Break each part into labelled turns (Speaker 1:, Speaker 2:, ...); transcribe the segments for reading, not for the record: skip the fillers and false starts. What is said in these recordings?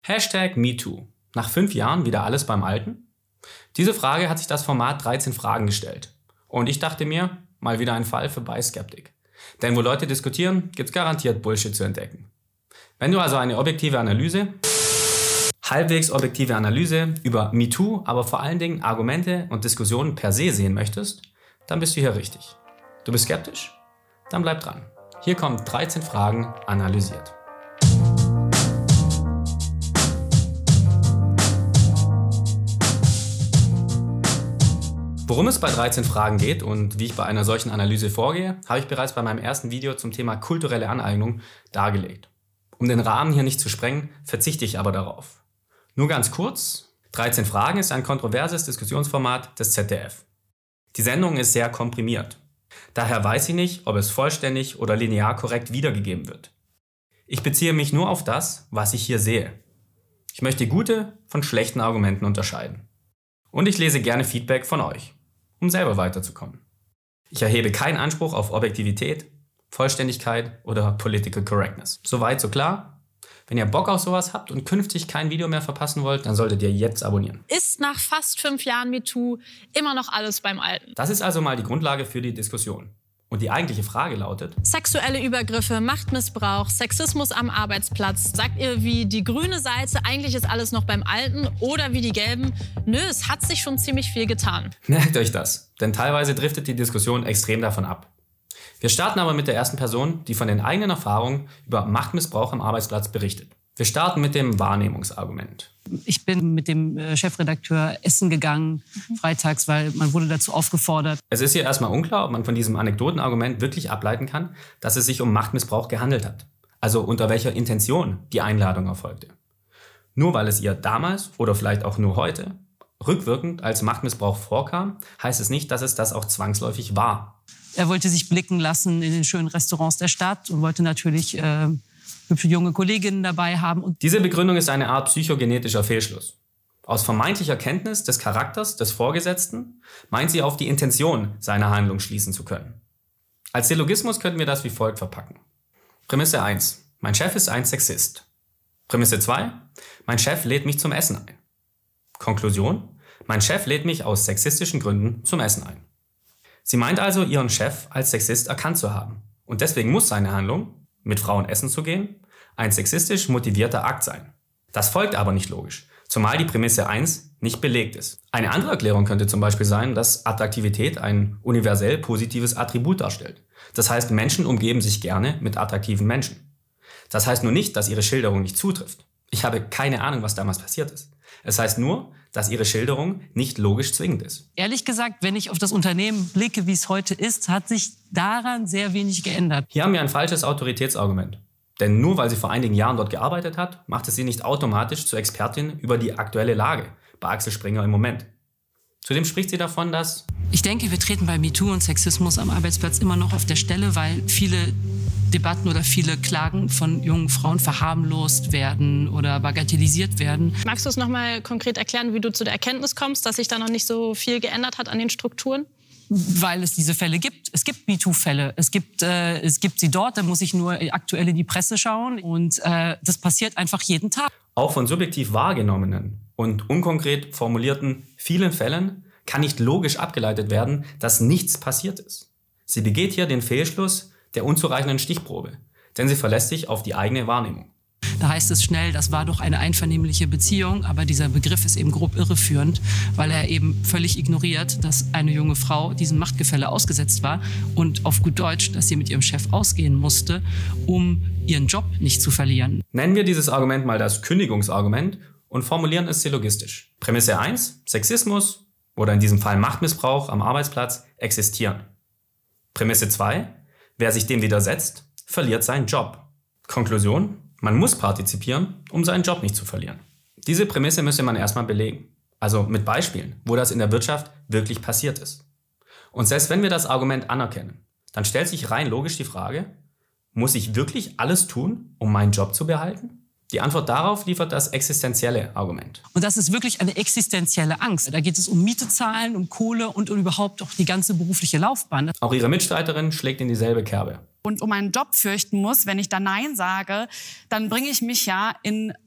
Speaker 1: #MeToo. Nach 5 Jahren wieder alles beim Alten? Diese Frage hat sich das Format 13 Fragen gestellt. Und ich dachte mir, mal wieder ein Fall für Beiskeptik. Denn wo Leute diskutieren, gibt's garantiert Bullshit zu entdecken. Wenn du also eine halbwegs objektive Analyse über MeToo, aber vor allen Dingen Argumente und Diskussionen per se sehen möchtest, dann bist du hier richtig. Du bist skeptisch? Dann bleib dran. Hier kommen 13 Fragen analysiert. Worum es bei 13 Fragen geht und wie ich bei einer solchen Analyse vorgehe, habe ich bereits bei meinem ersten Video zum Thema kulturelle Aneignung dargelegt. Um den Rahmen hier nicht zu sprengen, verzichte ich aber darauf. Nur ganz kurz, 13 Fragen ist ein kontroverses Diskussionsformat des ZDF. Die Sendung ist sehr komprimiert. Daher weiß ich nicht, ob es vollständig oder linear korrekt wiedergegeben wird. Ich beziehe mich nur auf das, was ich hier sehe. Ich möchte gute von schlechten Argumenten unterscheiden. Und ich lese gerne Feedback von euch, um selber weiterzukommen. Ich erhebe keinen Anspruch auf Objektivität, Vollständigkeit oder Political Correctness. Soweit, so klar? Wenn ihr Bock auf sowas habt und künftig kein Video mehr verpassen wollt, dann solltet ihr jetzt abonnieren.
Speaker 2: Ist nach fast 5 Jahren MeToo immer noch alles beim Alten?
Speaker 1: Das ist also mal die Grundlage für die Diskussion. Und die eigentliche Frage lautet:
Speaker 2: Sexuelle Übergriffe, Machtmissbrauch, Sexismus am Arbeitsplatz. Sagt ihr wie die grüne Seite, eigentlich ist alles noch beim Alten? Oder wie die gelben, nö, es hat sich schon ziemlich viel getan.
Speaker 1: Merkt euch das, denn teilweise driftet die Diskussion extrem davon ab. Wir starten aber mit der ersten Person, die von den eigenen Erfahrungen über Machtmissbrauch am Arbeitsplatz berichtet. Wir starten mit dem Wahrnehmungsargument.
Speaker 3: Ich bin mit dem Chefredakteur essen gegangen, freitags, weil man wurde dazu aufgefordert.
Speaker 1: Es ist hier erstmal unklar, ob man von diesem Anekdotenargument wirklich ableiten kann, dass es sich um Machtmissbrauch gehandelt hat. Also unter welcher Intention die Einladung erfolgte. Nur weil es ihr damals oder vielleicht auch nur heute rückwirkend als Machtmissbrauch vorkam, heißt es nicht, dass es das auch zwangsläufig war.
Speaker 3: Er wollte sich blicken lassen in den schönen Restaurants der Stadt und wollte natürlich hübsche junge Kolleginnen dabei haben.
Speaker 1: Diese Begründung ist eine Art psychogenetischer Fehlschluss. Aus vermeintlicher Kenntnis des Charakters des Vorgesetzten meint sie auf die Intention seiner Handlung schließen zu können. Als Syllogismus könnten wir das wie folgt verpacken. Prämisse 1. Mein Chef ist ein Sexist. Prämisse 2. Mein Chef lädt mich zum Essen ein. Konklusion. Mein Chef lädt mich aus sexistischen Gründen zum Essen ein. Sie meint also, ihren Chef als Sexist erkannt zu haben. Und deswegen muss seine Handlung, mit Frauen essen zu gehen, ein sexistisch motivierter Akt sein. Das folgt aber nicht logisch, zumal die Prämisse 1 nicht belegt ist. Eine andere Erklärung könnte zum Beispiel sein, dass Attraktivität ein universell positives Attribut darstellt. Das heißt, Menschen umgeben sich gerne mit attraktiven Menschen. Das heißt nur nicht, dass ihre Schilderung nicht zutrifft. Ich habe keine Ahnung, was damals passiert ist. Es heißt nur, dass ihre Schilderung nicht logisch zwingend ist.
Speaker 3: Ehrlich gesagt, wenn ich auf das Unternehmen blicke, wie es heute ist, hat sich daran sehr wenig geändert.
Speaker 1: Hier haben wir ein falsches Autoritätsargument. Denn nur weil sie vor einigen Jahren dort gearbeitet hat, macht es sie nicht automatisch zur Expertin über die aktuelle Lage bei Axel Springer im Moment. Zudem spricht sie davon, dass:
Speaker 3: Ich denke, wir treten bei MeToo und Sexismus am Arbeitsplatz immer noch auf der Stelle, weil viele Debatten oder viele Klagen von jungen Frauen verharmlost werden oder bagatellisiert werden.
Speaker 2: Magst du es noch mal konkret erklären, wie du zu der Erkenntnis kommst, dass sich da noch nicht so viel geändert hat an den Strukturen?
Speaker 3: Weil es diese Fälle gibt. Es gibt MeToo-Fälle. Es gibt sie dort, da muss ich nur aktuell in die Presse schauen. Und das passiert einfach jeden Tag.
Speaker 1: Auch von subjektiv wahrgenommenen und unkonkret formulierten vielen Fällen kann nicht logisch abgeleitet werden, dass nichts passiert ist. Sie begeht hier den Fehlschluss der unzureichenden Stichprobe, denn sie verlässt sich auf die eigene Wahrnehmung.
Speaker 3: Da heißt es schnell, das war doch eine einvernehmliche Beziehung, aber dieser Begriff ist eben grob irreführend, weil er eben völlig ignoriert, dass eine junge Frau diesem Machtgefälle ausgesetzt war und auf gut Deutsch, dass sie mit ihrem Chef ausgehen musste, um ihren Job nicht zu verlieren.
Speaker 1: Nennen wir dieses Argument mal das Kündigungsargument und formulieren es syllogistisch. Prämisse 1, Sexismus oder in diesem Fall Machtmissbrauch am Arbeitsplatz existieren. Prämisse 2, wer sich dem widersetzt, verliert seinen Job. Konklusion: Man muss partizipieren, um seinen Job nicht zu verlieren. Diese Prämisse müsste man erstmal belegen. Also mit Beispielen, wo das in der Wirtschaft wirklich passiert ist. Und selbst wenn wir das Argument anerkennen, dann stellt sich rein logisch die Frage: Muss ich wirklich alles tun, um meinen Job zu behalten? Die Antwort darauf liefert das existenzielle Argument.
Speaker 3: Und das ist wirklich eine existenzielle Angst. Da geht es um Miete zahlen, um Kohle und um überhaupt auch die ganze berufliche Laufbahn.
Speaker 1: Auch ihre Mitstreiterin schlägt in dieselbe Kerbe.
Speaker 4: Und um meinen Job fürchten muss, wenn ich da Nein sage, dann bringe ich mich ja in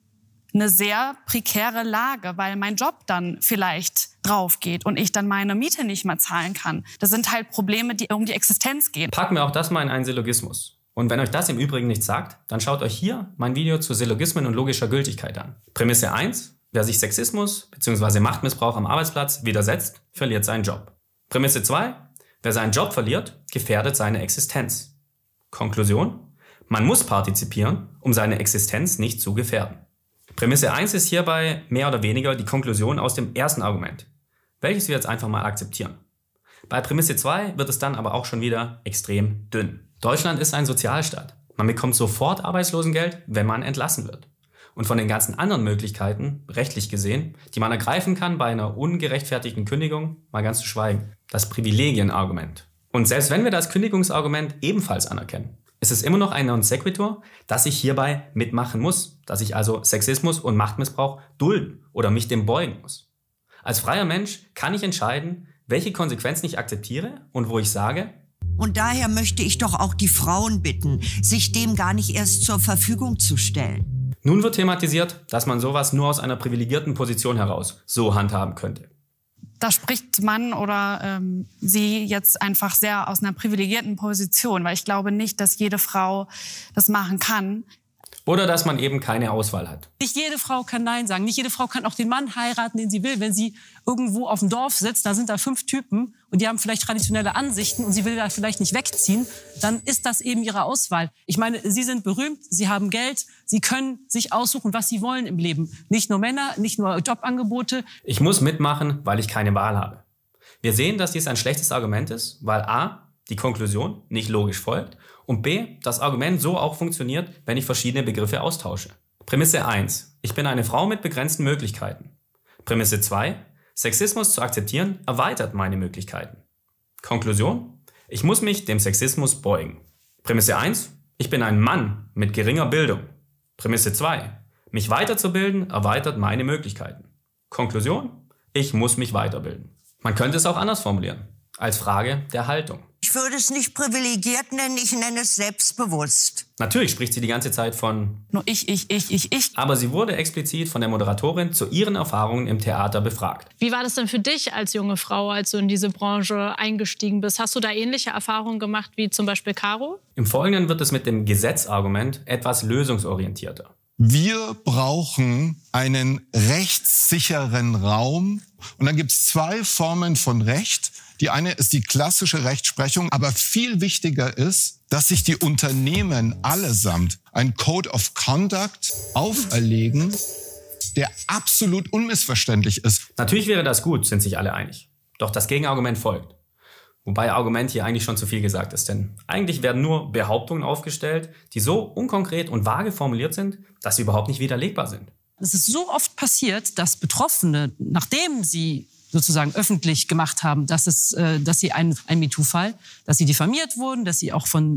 Speaker 4: eine sehr prekäre Lage, weil mein Job dann vielleicht drauf geht und ich dann meine Miete nicht mehr zahlen kann. Das sind halt Probleme, die um die Existenz gehen.
Speaker 1: Packen wir auch das mal in einen Syllogismus. Und wenn euch das im Übrigen nichts sagt, dann schaut euch hier mein Video zu Syllogismen und logischer Gültigkeit an. Prämisse 1: Wer sich Sexismus bzw. Machtmissbrauch am Arbeitsplatz widersetzt, verliert seinen Job. Prämisse 2: Wer seinen Job verliert, gefährdet seine Existenz. Konklusion: Man muss partizipieren, um seine Existenz nicht zu gefährden. Prämisse 1 ist hierbei mehr oder weniger die Konklusion aus dem ersten Argument, welches wir jetzt einfach mal akzeptieren. Bei Prämisse 2 wird es dann aber auch schon wieder extrem dünn. Deutschland ist ein Sozialstaat. Man bekommt sofort Arbeitslosengeld, wenn man entlassen wird. Und von den ganzen anderen Möglichkeiten, rechtlich gesehen, die man ergreifen kann bei einer ungerechtfertigten Kündigung, mal ganz zu schweigen. Das Privilegienargument. Und selbst wenn wir das Kündigungsargument ebenfalls anerkennen, ist es immer noch ein Non sequitur, dass ich hierbei mitmachen muss, dass ich also Sexismus und Machtmissbrauch dulden oder mich dem beugen muss. Als freier Mensch kann ich entscheiden, welche Konsequenzen ich akzeptiere und wo ich sage:
Speaker 5: Und daher möchte ich doch auch die Frauen bitten, sich dem gar nicht erst zur Verfügung zu stellen.
Speaker 1: Nun wird thematisiert, dass man sowas nur aus einer privilegierten Position heraus so handhaben könnte.
Speaker 4: Da spricht man oder sie jetzt einfach sehr aus einer privilegierten Position, weil ich glaube nicht, dass jede Frau das machen kann.
Speaker 1: Oder dass man eben keine Auswahl hat.
Speaker 3: Nicht jede Frau kann Nein sagen. Nicht jede Frau kann auch den Mann heiraten, den sie will. Wenn sie irgendwo auf dem Dorf sitzt, da sind da 5 Typen und die haben vielleicht traditionelle Ansichten und sie will da vielleicht nicht wegziehen, dann ist das eben ihre Auswahl. Ich meine, sie sind berühmt, sie haben Geld, sie können sich aussuchen, was sie wollen im Leben. Nicht nur Männer, nicht nur Jobangebote.
Speaker 1: Ich muss mitmachen, weil ich keine Wahl habe. Wir sehen, dass dies ein schlechtes Argument ist, weil a. die Konklusion nicht logisch folgt und b. das Argument so auch funktioniert, wenn ich verschiedene Begriffe austausche. Prämisse 1: Ich bin eine Frau mit begrenzten Möglichkeiten. Prämisse 2: Sexismus zu akzeptieren erweitert meine Möglichkeiten. Konklusion: Ich muss mich dem Sexismus beugen. Prämisse 1: Ich bin ein Mann mit geringer Bildung. Prämisse 2: Mich weiterzubilden erweitert meine Möglichkeiten. Konklusion: Ich muss mich weiterbilden. Man könnte es auch anders formulieren, als Frage der Haltung.
Speaker 5: Ich würde es nicht privilegiert nennen, ich nenne es selbstbewusst.
Speaker 1: Natürlich spricht sie die ganze Zeit von
Speaker 4: Nur ich.
Speaker 1: Aber sie wurde explizit von der Moderatorin zu ihren Erfahrungen im Theater befragt.
Speaker 2: Wie war das denn für dich als junge Frau, als du in diese Branche eingestiegen bist? Hast du da ähnliche Erfahrungen gemacht wie zum Beispiel Caro?
Speaker 1: Im Folgenden wird es mit dem Gesetzargument etwas lösungsorientierter.
Speaker 6: Wir brauchen einen rechtssicheren Raum. Und dann gibt es 2 Formen von Recht. Die eine ist die klassische Rechtsprechung, aber viel wichtiger ist, dass sich die Unternehmen allesamt ein Code of Conduct auferlegen, der absolut unmissverständlich ist.
Speaker 1: Natürlich wäre das gut, sind sich alle einig. Doch das Gegenargument folgt. Wobei Argument hier eigentlich schon zu viel gesagt ist, denn eigentlich werden nur Behauptungen aufgestellt, die so unkonkret und vage formuliert sind, dass sie überhaupt nicht widerlegbar sind.
Speaker 3: Es ist so oft passiert, dass Betroffene, nachdem sie sozusagen öffentlich gemacht haben, dass sie ein MeToo-Fall, dass sie diffamiert wurden, dass sie auch von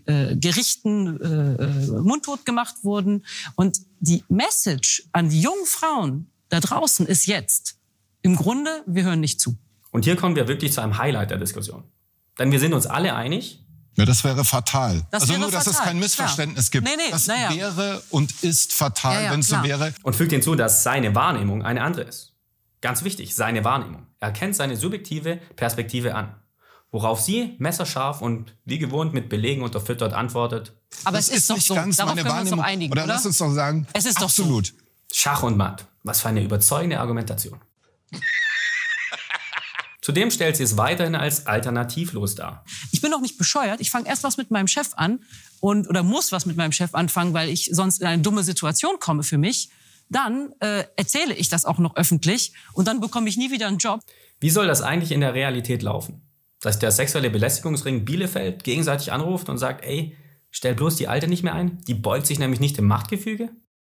Speaker 3: Gerichten mundtot gemacht wurden. Und die Message an die jungen Frauen da draußen ist jetzt: Im Grunde, wir hören nicht zu.
Speaker 1: Und hier kommen wir wirklich zu einem Highlight der Diskussion. Denn wir sind uns alle einig.
Speaker 6: Ja, das wäre fatal.
Speaker 3: Das
Speaker 6: also
Speaker 3: wäre
Speaker 6: nur, dass
Speaker 3: fatal,
Speaker 6: es kein Missverständnis gibt. Das wäre und ist fatal, wenn es so wäre.
Speaker 1: Und fügt hinzu, dass seine Wahrnehmung eine andere ist. Ganz wichtig, seine Wahrnehmung. Er kennt seine subjektive Perspektive an. Worauf sie messerscharf und wie gewohnt mit Belegen unterfüttert antwortet:
Speaker 3: Aber es ist doch
Speaker 6: nicht
Speaker 3: so.
Speaker 6: ganz
Speaker 3: Darauf
Speaker 6: meine
Speaker 3: können wir uns doch
Speaker 6: Wahrnehmung.
Speaker 3: einigen,
Speaker 6: oder? Lass uns doch sagen,
Speaker 3: es ist doch
Speaker 6: absolut.
Speaker 3: So.
Speaker 1: Schach und Matt. Was für eine überzeugende Argumentation. Zudem stellt sie es weiterhin als alternativlos dar.
Speaker 3: Ich bin doch nicht bescheuert. Ich fange erst was mit meinem Chef an oder muss was mit meinem Chef anfangen, weil ich sonst in eine dumme Situation komme für mich. Dann erzähle ich das auch noch öffentlich und dann bekomme ich nie wieder einen Job.
Speaker 1: Wie soll das eigentlich in der Realität laufen? Dass der sexuelle Belästigungsring Bielefeld gegenseitig anruft und sagt: Ey, stell bloß die Alte nicht mehr ein, die beugt sich nämlich nicht dem Machtgefüge?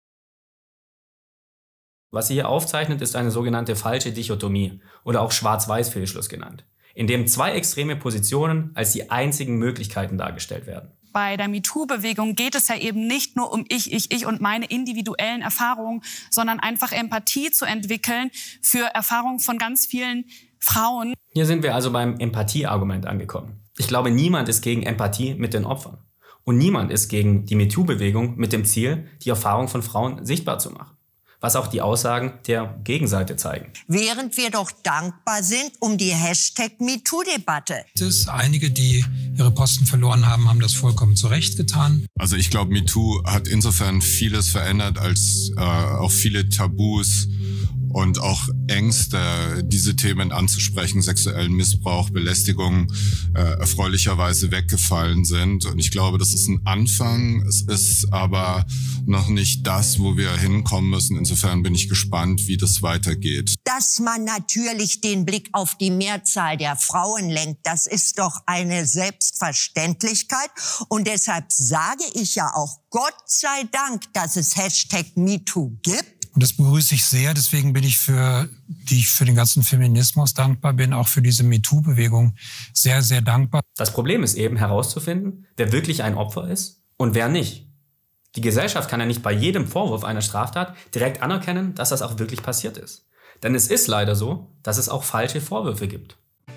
Speaker 1: Was sie hier aufzeichnet, ist eine sogenannte falsche Dichotomie oder auch Schwarz-Weiß-Fehlschluss genannt, in dem 2 extreme Positionen als die einzigen Möglichkeiten dargestellt werden.
Speaker 4: Bei der MeToo-Bewegung geht es ja eben nicht nur um ich und meine individuellen Erfahrungen, sondern einfach Empathie zu entwickeln für Erfahrungen von ganz vielen Frauen.
Speaker 1: Hier sind wir also beim Empathie-Argument angekommen. Ich glaube, niemand ist gegen Empathie mit den Opfern. Und niemand ist gegen die MeToo-Bewegung mit dem Ziel, die Erfahrung von Frauen sichtbar zu machen. was auch die Aussagen der Gegenseite zeigen.
Speaker 5: Während wir doch dankbar sind um die #MeToo-Debatte.
Speaker 7: Einige, die ihre Posten verloren haben, haben das vollkommen zu Recht getan.
Speaker 6: Also ich glaube, MeToo hat insofern vieles verändert, als auch viele Tabus und auch Ängste, diese Themen anzusprechen, sexuellen Missbrauch, Belästigung, erfreulicherweise weggefallen sind. Und ich glaube, das ist ein Anfang. Es ist aber noch nicht das, wo wir hinkommen müssen. Insofern bin ich gespannt, wie das weitergeht.
Speaker 5: Dass man natürlich den Blick auf die Mehrzahl der Frauen lenkt, das ist doch eine Selbstverständlichkeit. Und deshalb sage ich ja auch, Gott sei Dank, dass es #MeToo gibt.
Speaker 7: Und das begrüße ich sehr. Deswegen bin ich für den ganzen Feminismus dankbar bin, auch für diese MeToo-Bewegung sehr, sehr dankbar.
Speaker 1: Das Problem ist eben herauszufinden, wer wirklich ein Opfer ist und wer nicht. Die Gesellschaft kann ja nicht bei jedem Vorwurf einer Straftat direkt anerkennen, dass das auch wirklich passiert ist. Denn es ist leider so, dass es auch falsche Vorwürfe gibt.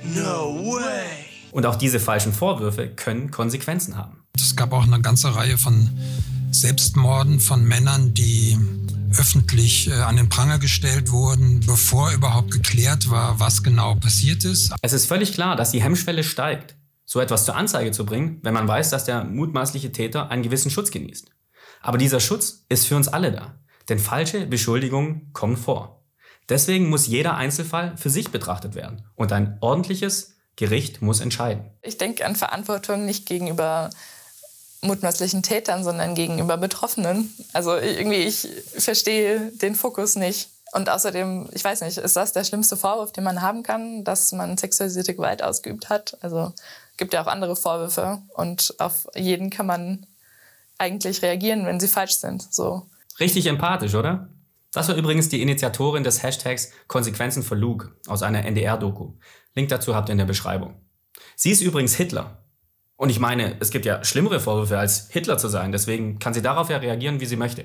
Speaker 8: No way!
Speaker 1: Und auch diese falschen Vorwürfe können Konsequenzen haben.
Speaker 7: Es gab auch eine ganze Reihe von Selbstmorden von Männern, die öffentlich an den Pranger gestellt wurden, bevor überhaupt geklärt war, was genau passiert ist.
Speaker 1: Es ist völlig klar, dass die Hemmschwelle steigt, so etwas zur Anzeige zu bringen, wenn man weiß, dass der mutmaßliche Täter einen gewissen Schutz genießt. Aber dieser Schutz ist für uns alle da, denn falsche Beschuldigungen kommen vor. Deswegen muss jeder Einzelfall für sich betrachtet werden und ein ordentliches Gericht muss entscheiden.
Speaker 9: Ich denke an Verantwortung nicht gegenüber mutmaßlichen Tätern, sondern gegenüber Betroffenen. Also ich verstehe den Fokus nicht. Und außerdem, ich weiß nicht, ist das der schlimmste Vorwurf, den man haben kann, dass man sexualisierte Gewalt ausgeübt hat? Also gibt ja auch andere Vorwürfe und auf jeden kann man eigentlich reagieren, wenn sie falsch sind. So.
Speaker 1: Richtig empathisch, oder? Das war übrigens die Initiatorin des Hashtags Konsequenzen für Luke aus einer NDR-Doku. Link dazu habt ihr in der Beschreibung. Sie ist übrigens Hitler. Und ich meine, es gibt ja schlimmere Vorwürfe als Hitler zu sein. Deswegen kann sie darauf ja reagieren, wie sie möchte.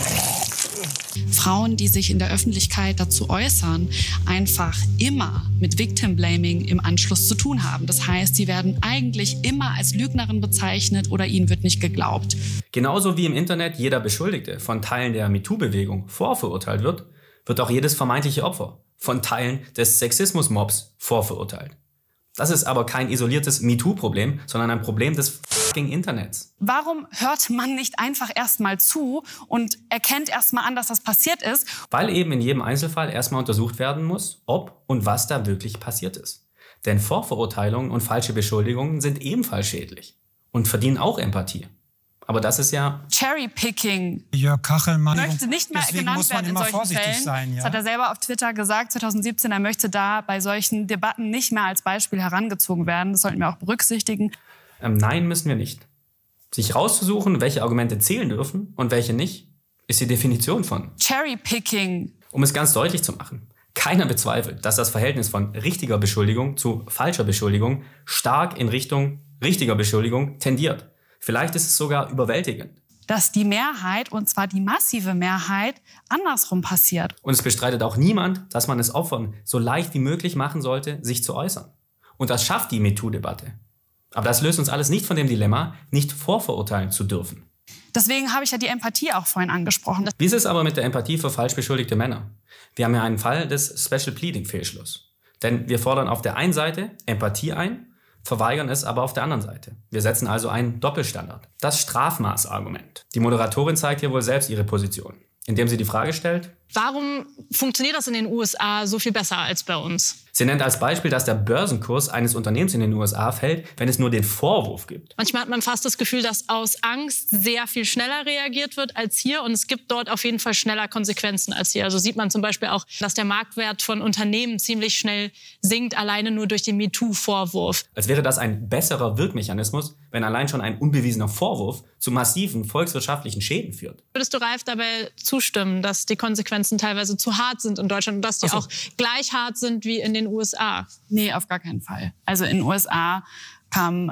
Speaker 10: Frauen, die sich in der Öffentlichkeit dazu äußern, einfach immer mit Victim Blaming im Anschluss zu tun haben. Das heißt, sie werden eigentlich immer als Lügnerin bezeichnet oder ihnen wird nicht geglaubt.
Speaker 1: Genauso wie im Internet jeder Beschuldigte von Teilen der MeToo-Bewegung vorverurteilt wird, wird auch jedes vermeintliche Opfer von Teilen des Sexismus-Mobs vorverurteilt. Das ist aber kein isoliertes MeToo-Problem, sondern ein Problem des fucking Internets.
Speaker 4: Warum hört man nicht einfach erstmal zu und erkennt erstmal an, dass das passiert ist?
Speaker 1: Weil eben in jedem Einzelfall erstmal untersucht werden muss, ob und was da wirklich passiert ist. Denn Vorverurteilungen und falsche Beschuldigungen sind ebenfalls schädlich und verdienen auch Empathie. Aber das ist ja
Speaker 4: Cherry-Picking.
Speaker 7: Jörg Kachelmann
Speaker 4: Möchte nicht mehr genannt werden in solchen Fällen.
Speaker 7: Sein, ja.
Speaker 4: Das hat er selber auf Twitter gesagt, 2017. Er möchte da bei solchen Debatten nicht mehr als Beispiel herangezogen werden. Das sollten wir auch berücksichtigen.
Speaker 1: Nein, müssen wir nicht. Sich rauszusuchen, welche Argumente zählen dürfen und welche nicht, ist die Definition von
Speaker 4: Cherry-Picking.
Speaker 1: Um es ganz deutlich zu machen. Keiner bezweifelt, dass das Verhältnis von richtiger Beschuldigung zu falscher Beschuldigung stark in Richtung richtiger Beschuldigung tendiert. Vielleicht ist es sogar überwältigend.
Speaker 4: Dass die Mehrheit, und zwar die massive Mehrheit, andersrum passiert.
Speaker 1: Und es bestreitet auch niemand, dass man es Opfern so leicht wie möglich machen sollte, sich zu äußern. Und das schafft die MeToo-Debatte. Aber das löst uns alles nicht von dem Dilemma, nicht vorverurteilen zu dürfen.
Speaker 4: Deswegen habe ich ja die Empathie auch vorhin angesprochen.
Speaker 1: Wie ist es aber mit der Empathie für falsch beschuldigte Männer? Wir haben ja einen Fall des Special Pleading-Fehlschlusses. Denn wir fordern auf der einen Seite Empathie ein, verweigern es aber auf der anderen Seite. Wir setzen also einen Doppelstandard. Das Strafmaßargument. Die Moderatorin zeigt hier wohl selbst ihre Position, indem sie die Frage stellt:
Speaker 2: Warum funktioniert das in den USA so viel besser als bei uns?
Speaker 1: Sie nennt als Beispiel, dass der Börsenkurs eines Unternehmens in den USA fällt, wenn es nur den Vorwurf gibt.
Speaker 2: Manchmal hat man fast das Gefühl, dass aus Angst sehr viel schneller reagiert wird als hier. Und es gibt dort auf jeden Fall schneller Konsequenzen als hier. Also sieht man zum Beispiel auch, dass der Marktwert von Unternehmen ziemlich schnell sinkt, alleine nur durch den MeToo-Vorwurf.
Speaker 1: Als wäre das ein besserer Wirkmechanismus, wenn allein schon ein unbewiesener Vorwurf zu massiven volkswirtschaftlichen Schäden führt.
Speaker 2: Würdest du Ralf dabei zustimmen, dass die Konsequenzen teilweise zu hart sind in Deutschland und dass die auch gleich hart sind wie in den USA?
Speaker 4: Nee, auf gar keinen Fall. Also in den USA kam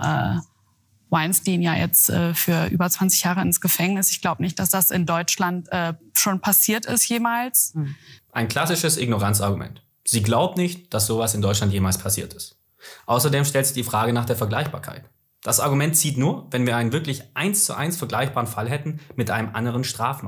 Speaker 4: Weinstein ja jetzt für über 20 Jahre ins Gefängnis. Ich glaube nicht, dass das in Deutschland schon passiert ist jemals.
Speaker 1: Ein klassisches Ignoranzargument. Sie glaubt nicht, dass sowas in Deutschland jemals passiert ist. Außerdem stellt sie die Frage nach der Vergleichbarkeit. Das Argument zieht nur, wenn wir einen wirklich 1:1 vergleichbaren Fall hätten mit einem anderen Strafmaß.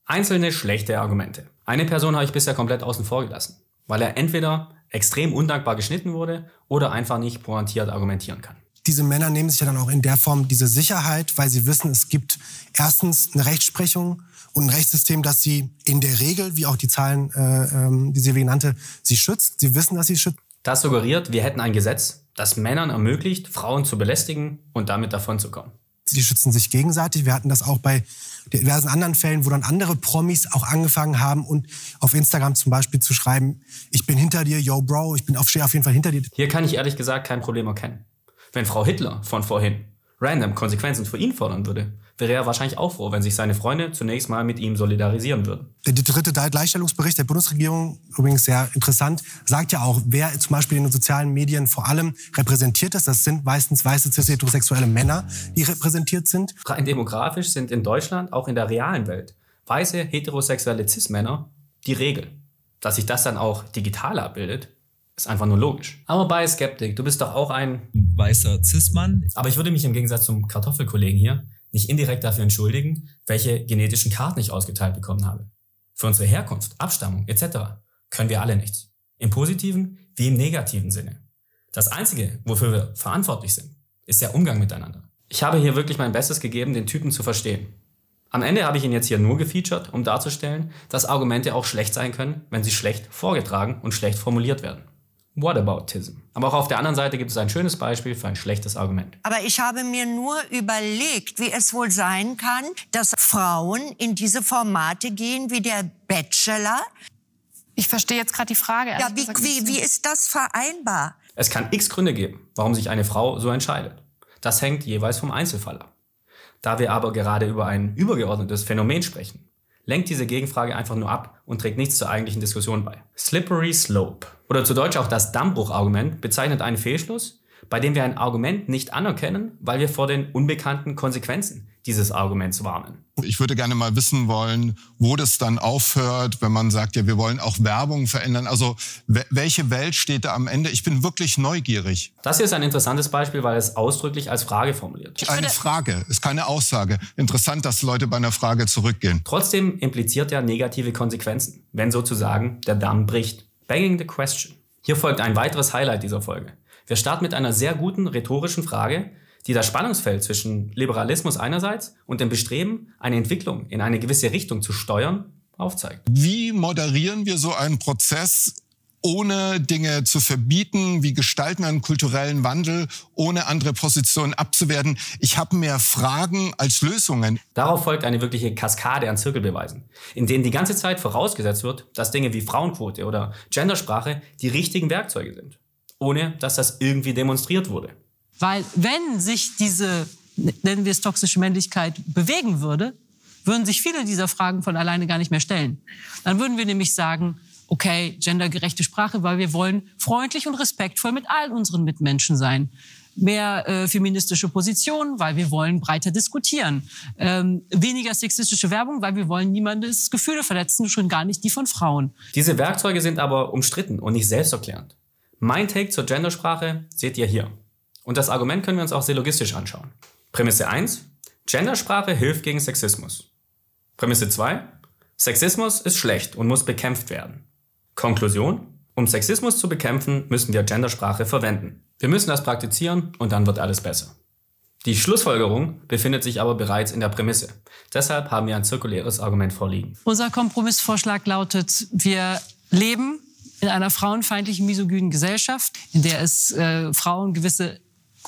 Speaker 1: Einzelne schlechte Argumente. Eine Person habe ich bisher komplett außen vor gelassen, weil er entweder extrem undankbar geschnitten wurde oder einfach nicht pointiert argumentieren kann.
Speaker 11: Diese Männer nehmen sich ja dann auch in der Form diese Sicherheit, weil sie wissen, es gibt erstens eine Rechtsprechung und ein Rechtssystem, das sie in der Regel, wie auch die Zahlen, die Silvi nannte, sie schützt. Sie wissen, dass sie schützt.
Speaker 1: Das suggeriert, wir hätten ein Gesetz, das Männern ermöglicht, Frauen zu belästigen und damit davonzukommen.
Speaker 11: Sie schützen sich gegenseitig. Wir hatten das auch bei diversen anderen Fällen, wo dann andere Promis auch angefangen haben und auf Instagram zum Beispiel zu schreiben, ich bin hinter dir, yo Bro, stehe auf jeden Fall hinter dir.
Speaker 1: Hier kann ich ehrlich gesagt kein Problem erkennen. Wenn Frau Hitler von vorhin random Konsequenzen für ihn fordern würde, wäre er wahrscheinlich auch froh, wenn sich seine Freunde zunächst mal mit ihm solidarisieren würden.
Speaker 11: Der dritte Gleichstellungsbericht der Bundesregierung, übrigens sehr interessant, sagt ja auch, wer zum Beispiel in den sozialen Medien vor allem repräsentiert ist. Das sind meistens weiße, cis-heterosexuelle Männer, die repräsentiert sind.
Speaker 1: Rein demografisch sind in Deutschland, auch in der realen Welt, weiße, heterosexuelle Cis-Männer die Regel. Dass sich das dann auch digital abbildet, ist einfach nur logisch. Aber bei Skeptik, du bist doch auch ein
Speaker 12: weißer Cis-Mann.
Speaker 1: Aber ich würde mich im Gegensatz zum Kartoffelkollegen hier nicht indirekt dafür entschuldigen, welche genetischen Karten ich ausgeteilt bekommen habe. Für unsere Herkunft, Abstammung etc. können wir alle nichts. Im positiven wie im negativen Sinne. Das Einzige, wofür wir verantwortlich sind, ist der Umgang miteinander. Ich habe hier wirklich mein Bestes gegeben, den Typen zu verstehen. Am Ende habe ich ihn jetzt hier nur gefeatured, um darzustellen, dass Argumente auch schlecht sein können, wenn sie schlecht vorgetragen und schlecht formuliert werden. Whataboutism. Aber auch auf der anderen Seite gibt es ein schönes Beispiel für ein schlechtes Argument.
Speaker 5: Aber ich habe mir nur überlegt, wie es wohl sein kann, dass Frauen in diese Formate gehen wie der Bachelor.
Speaker 4: Ich verstehe jetzt gerade die Frage.
Speaker 5: Ja, wie ist das vereinbar?
Speaker 1: Es kann x Gründe geben, warum sich eine Frau so entscheidet. Das hängt jeweils vom Einzelfall ab. Da wir aber gerade über ein übergeordnetes Phänomen sprechen, lenkt diese Gegenfrage einfach nur ab und trägt nichts zur eigentlichen Diskussion bei. Slippery Slope. Oder zu Deutsch auch das Dammbruchargument bezeichnet einen Fehlschluss, bei dem wir ein Argument nicht anerkennen, weil wir vor den unbekannten Konsequenzen dieses Arguments warnen.
Speaker 6: Ich würde gerne mal wissen wollen, wo das dann aufhört, wenn man sagt, ja, wir wollen auch Werbung verändern. Also welche Welt steht da am Ende? Ich bin wirklich neugierig.
Speaker 1: Das hier ist ein interessantes Beispiel, weil es ausdrücklich als Frage formuliert.
Speaker 6: Eine Frage, ist keine Aussage. Interessant, dass Leute bei einer Frage zurückgehen.
Speaker 1: Trotzdem impliziert er negative Konsequenzen, wenn sozusagen der Damm bricht. Banging the question. Hier folgt ein weiteres Highlight dieser Folge. Wir starten mit einer sehr guten rhetorischen Frage, die das Spannungsfeld zwischen Liberalismus einerseits und dem Bestreben, eine Entwicklung in eine gewisse Richtung zu steuern, aufzeigt.
Speaker 6: Wie moderieren wir so einen Prozess, ohne Dinge zu verbieten? Wie gestalten wir einen kulturellen Wandel, ohne andere Positionen abzuwerten? Ich habe mehr Fragen als Lösungen.
Speaker 1: Darauf folgt eine wirkliche Kaskade an Zirkelbeweisen, in denen die ganze Zeit vorausgesetzt wird, dass Dinge wie Frauenquote oder Gendersprache die richtigen Werkzeuge sind, ohne dass das irgendwie demonstriert wurde.
Speaker 3: Weil wenn sich diese, nennen wir es toxische Männlichkeit, bewegen würde, würden sich viele dieser Fragen von alleine gar nicht mehr stellen. Dann würden wir nämlich sagen, okay, gendergerechte Sprache, weil wir wollen freundlich und respektvoll mit all unseren Mitmenschen sein. Mehr feministische Positionen, weil wir wollen breiter diskutieren. Weniger sexistische Werbung, weil wir wollen niemandes Gefühle verletzen, schon gar nicht die von Frauen.
Speaker 1: Diese Werkzeuge sind aber umstritten und nicht selbsterklärend. Mein Take zur Gendersprache seht ihr hier. Und das Argument können wir uns auch syllogistisch anschauen. Prämisse 1. Gendersprache hilft gegen Sexismus. Prämisse 2. Sexismus ist schlecht und muss bekämpft werden. Konklusion. Um Sexismus zu bekämpfen, müssen wir Gendersprache verwenden. Wir müssen das praktizieren und dann wird alles besser. Die Schlussfolgerung befindet sich aber bereits in der Prämisse. Deshalb haben wir ein zirkuläres Argument vorliegen.
Speaker 3: Unser Kompromissvorschlag lautet, wir leben in einer frauenfeindlichen, misogynen Gesellschaft, in der es Frauen gewisse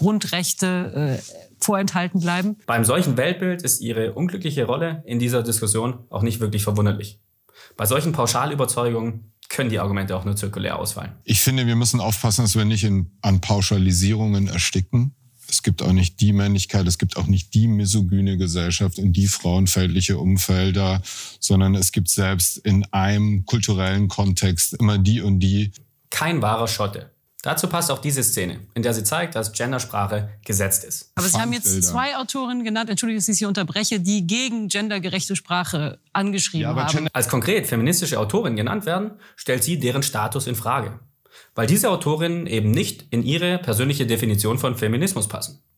Speaker 3: Grundrechte vorenthalten bleiben.
Speaker 1: Beim solchen Weltbild ist ihre unglückliche Rolle in dieser Diskussion auch nicht wirklich verwunderlich. Bei solchen Pauschalüberzeugungen können die Argumente auch nur zirkulär ausfallen.
Speaker 6: Ich finde, wir müssen aufpassen, dass wir nicht an Pauschalisierungen ersticken. Es gibt auch nicht die Männlichkeit, es gibt auch nicht die misogyne Gesellschaft und die frauenfeindliche Umfelder, sondern es gibt selbst in einem kulturellen Kontext immer die und die.
Speaker 1: Kein wahrer Schotte. Dazu passt auch diese Szene, in der sie zeigt, dass Gendersprache gesetzt ist.
Speaker 3: Aber Sie haben jetzt 2 Autorinnen genannt, entschuldige, dass ich Sie unterbreche, die gegen gendergerechte Sprache angeschrieben haben.
Speaker 1: Als konkret feministische Autorinnen genannt werden, stellt sie deren Status in Frage. Weil diese Autorinnen eben nicht in ihre persönliche Definition von Feminismus passen.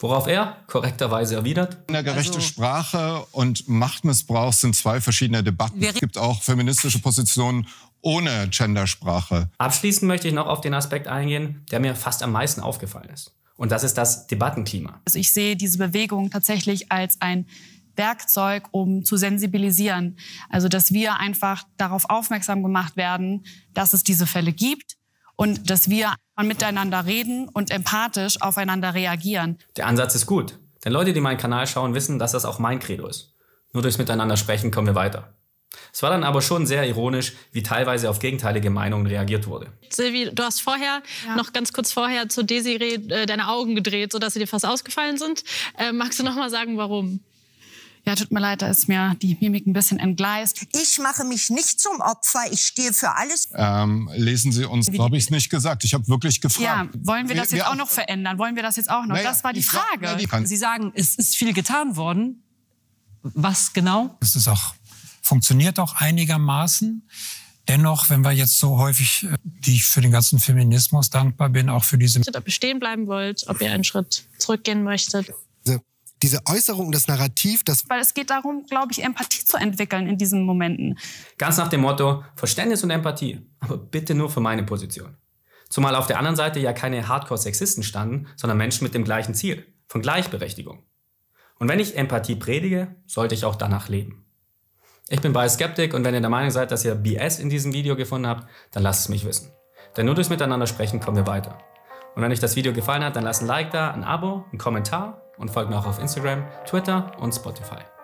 Speaker 1: Worauf er korrekterweise erwidert:
Speaker 6: Gendergerechte Sprache und Machtmissbrauch sind zwei verschiedene Debatten. Es gibt auch feministische Positionen ohne Gendersprache.
Speaker 1: Abschließend möchte ich noch auf den Aspekt eingehen, der mir fast am meisten aufgefallen ist. Und das ist das Debattenklima.
Speaker 4: Also ich sehe diese Bewegung tatsächlich als ein Werkzeug, um zu sensibilisieren. Also dass wir einfach darauf aufmerksam gemacht werden, dass es diese Fälle gibt und dass wir miteinander reden und empathisch aufeinander reagieren.
Speaker 1: Der Ansatz ist gut, denn Leute, die meinen Kanal schauen, wissen, dass das auch mein Credo ist. Nur durchs Miteinander sprechen kommen wir weiter. Es war dann aber schon sehr ironisch, wie teilweise auf gegenteilige Meinungen reagiert wurde.
Speaker 2: Silvi, du hast noch ganz kurz vorher zu Desiree deine Augen gedreht, sodass sie dir fast ausgefallen sind. Magst du noch mal sagen, warum?
Speaker 4: Ja, tut mir leid, da ist mir die Mimik ein bisschen entgleist.
Speaker 5: Ich mache mich nicht zum Opfer, ich stehe für alles.
Speaker 6: Lesen Sie uns, so habe ich es nicht gesagt. Ich habe wirklich gefragt.
Speaker 4: Ja, wollen wir das jetzt auch noch verändern? Wollen wir das jetzt auch noch?
Speaker 6: Naja,
Speaker 4: das war die Frage.
Speaker 3: Sie sagen, es ist viel getan worden. Was genau?
Speaker 7: Es ist auch, funktioniert auch einigermaßen. Dennoch, wenn wir jetzt so häufig, die ich für den ganzen Feminismus dankbar bin, auch für diese...
Speaker 2: Ob ihr stehen bleiben wollt, ob ihr einen Schritt zurückgehen möchtet.
Speaker 11: Diese Äußerung, das Narrativ, das...
Speaker 4: Weil es geht darum, glaube ich, Empathie zu entwickeln in diesen Momenten.
Speaker 1: Ganz nach dem Motto, Verständnis und Empathie, aber bitte nur für meine Position. Zumal auf der anderen Seite ja keine Hardcore-Sexisten standen, sondern Menschen mit dem gleichen Ziel, von Gleichberechtigung. Und wenn ich Empathie predige, sollte ich auch danach leben. Ich bin Bioskeptik und wenn ihr der Meinung seid, dass ihr BS in diesem Video gefunden habt, dann lasst es mich wissen. Denn nur durchs Miteinander sprechen kommen wir weiter. Und wenn euch das Video gefallen hat, dann lasst ein Like da, ein Abo, einen Kommentar und folgt mir auch auf Instagram, Twitter und Spotify.